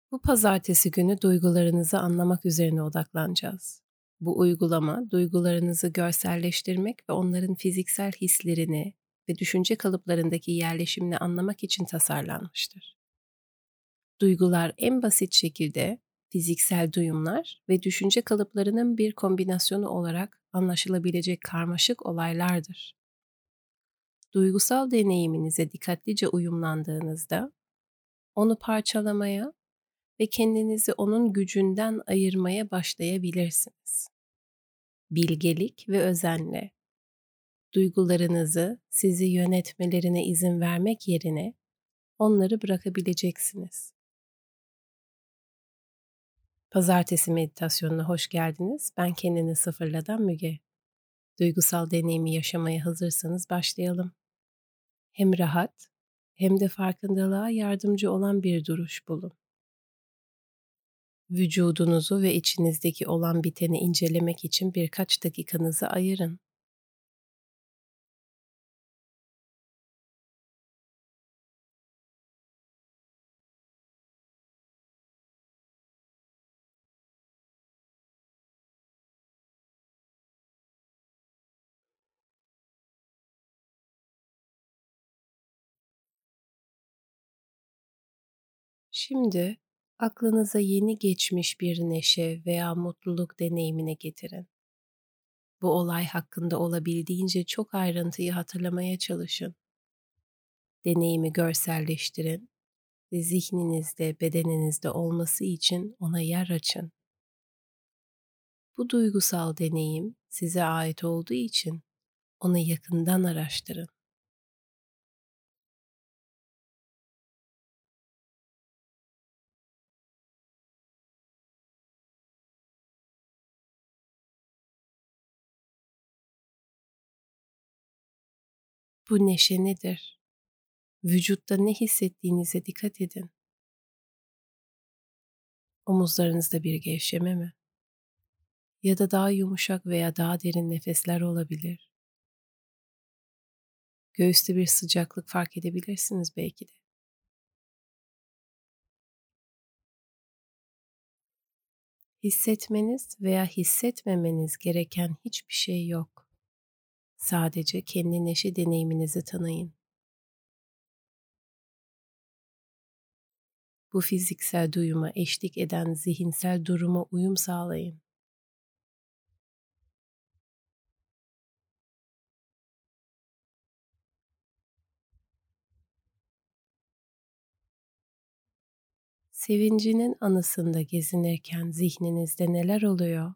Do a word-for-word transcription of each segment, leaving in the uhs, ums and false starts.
Bu pazartesi günü duygularınızı anlamak üzerine odaklanacağız. Bu uygulama, duygularınızı görselleştirmek ve onların fiziksel hislerini ve düşünce kalıplarındaki yerleşimini anlamak için tasarlanmıştır. Duygular en basit şekilde fiziksel duyumlar ve düşünce kalıplarının bir kombinasyonu olarak anlaşılabilecek karmaşık olaylardır. Duygusal deneyiminize dikkatlice uyumlandığınızda onu parçalamaya ve kendinizi onun gücünden ayırmaya başlayabilirsiniz. Bilgelik ve özenle duygularınızı sizi yönetmelerine izin vermek yerine onları bırakabileceksiniz. Pazartesi meditasyonuna hoş geldiniz. Ben kendini sıfırladan Müge. Duygusal deneyimi yaşamaya hazırsanız başlayalım. Hem rahat hem de farkındalığa yardımcı olan bir duruş bulun. Vücudunuzu ve içinizdeki olan biteni incelemek için birkaç dakikanızı ayırın. Şimdi aklınıza yeni geçmiş bir neşe veya mutluluk deneyimine getirin. Bu olay hakkında olabildiğince çok ayrıntıyı hatırlamaya çalışın. Deneyimi görselleştirin ve zihninizde, bedeninizde olması için ona yer açın. Bu duygusal deneyim size ait olduğu için onu yakından araştırın. Bu neşe nedir? Vücutta ne hissettiğinize dikkat edin. Omuzlarınızda bir gevşeme mi? Ya da daha yumuşak veya daha derin nefesler olabilir. Göğüste bir sıcaklık fark edebilirsiniz belki de. Hissetmeniz veya hissetmemeniz gereken hiçbir şey yok. Sadece kendi neşe deneyiminizi tanıyın. Bu fiziksel duyuma eşlik eden zihinsel duruma uyum sağlayın. Sevincinin anısında gezinirken zihninizde neler oluyor?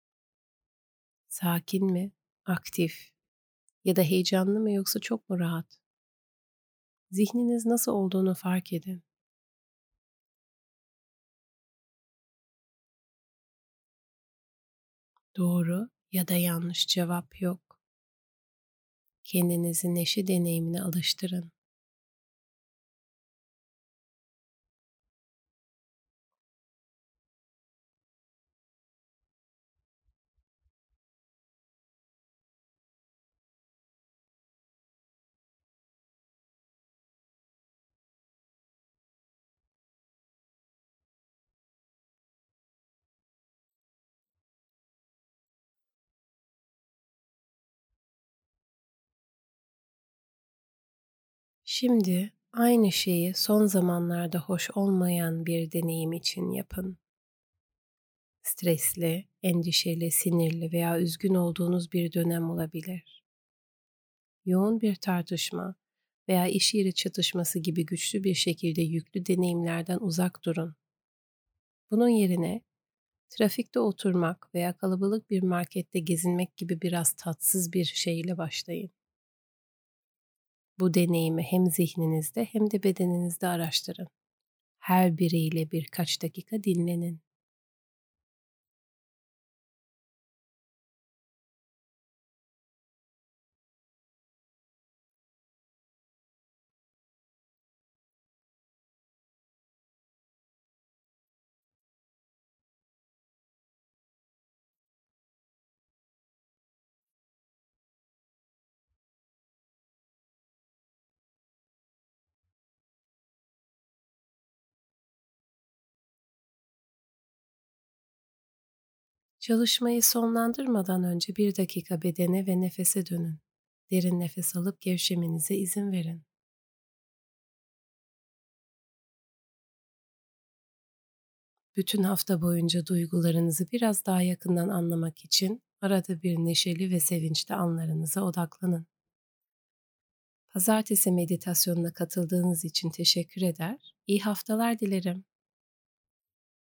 Sakin mi? Aktif? Ya da heyecanlı mı yoksa çok mu rahat? Zihniniz nasıl olduğunu fark edin. Doğru ya da yanlış cevap yok. Kendinizi neşe deneyimine alıştırın. Şimdi aynı şeyi son zamanlarda hoş olmayan bir deneyim için yapın. Stresli, endişeli, sinirli veya üzgün olduğunuz bir dönem olabilir. Yoğun bir tartışma veya iş yeri çatışması gibi güçlü bir şekilde yüklü deneyimlerden uzak durun. Bunun yerine trafikte oturmak veya kalabalık bir markette gezinmek gibi biraz tatsız bir şeyle başlayın. Bu deneyimi hem zihninizde hem de bedeninizde araştırın. Her biriyle birkaç dakika dinlenin. Çalışmayı sonlandırmadan önce bir dakika bedene ve nefese dönün. Derin nefes alıp gevşemenize izin verin. Bütün hafta boyunca duygularınızı biraz daha yakından anlamak için arada bir neşeli ve sevinçli anlarınıza odaklanın. Pazartesi meditasyonuna katıldığınız için teşekkür eder, iyi haftalar dilerim.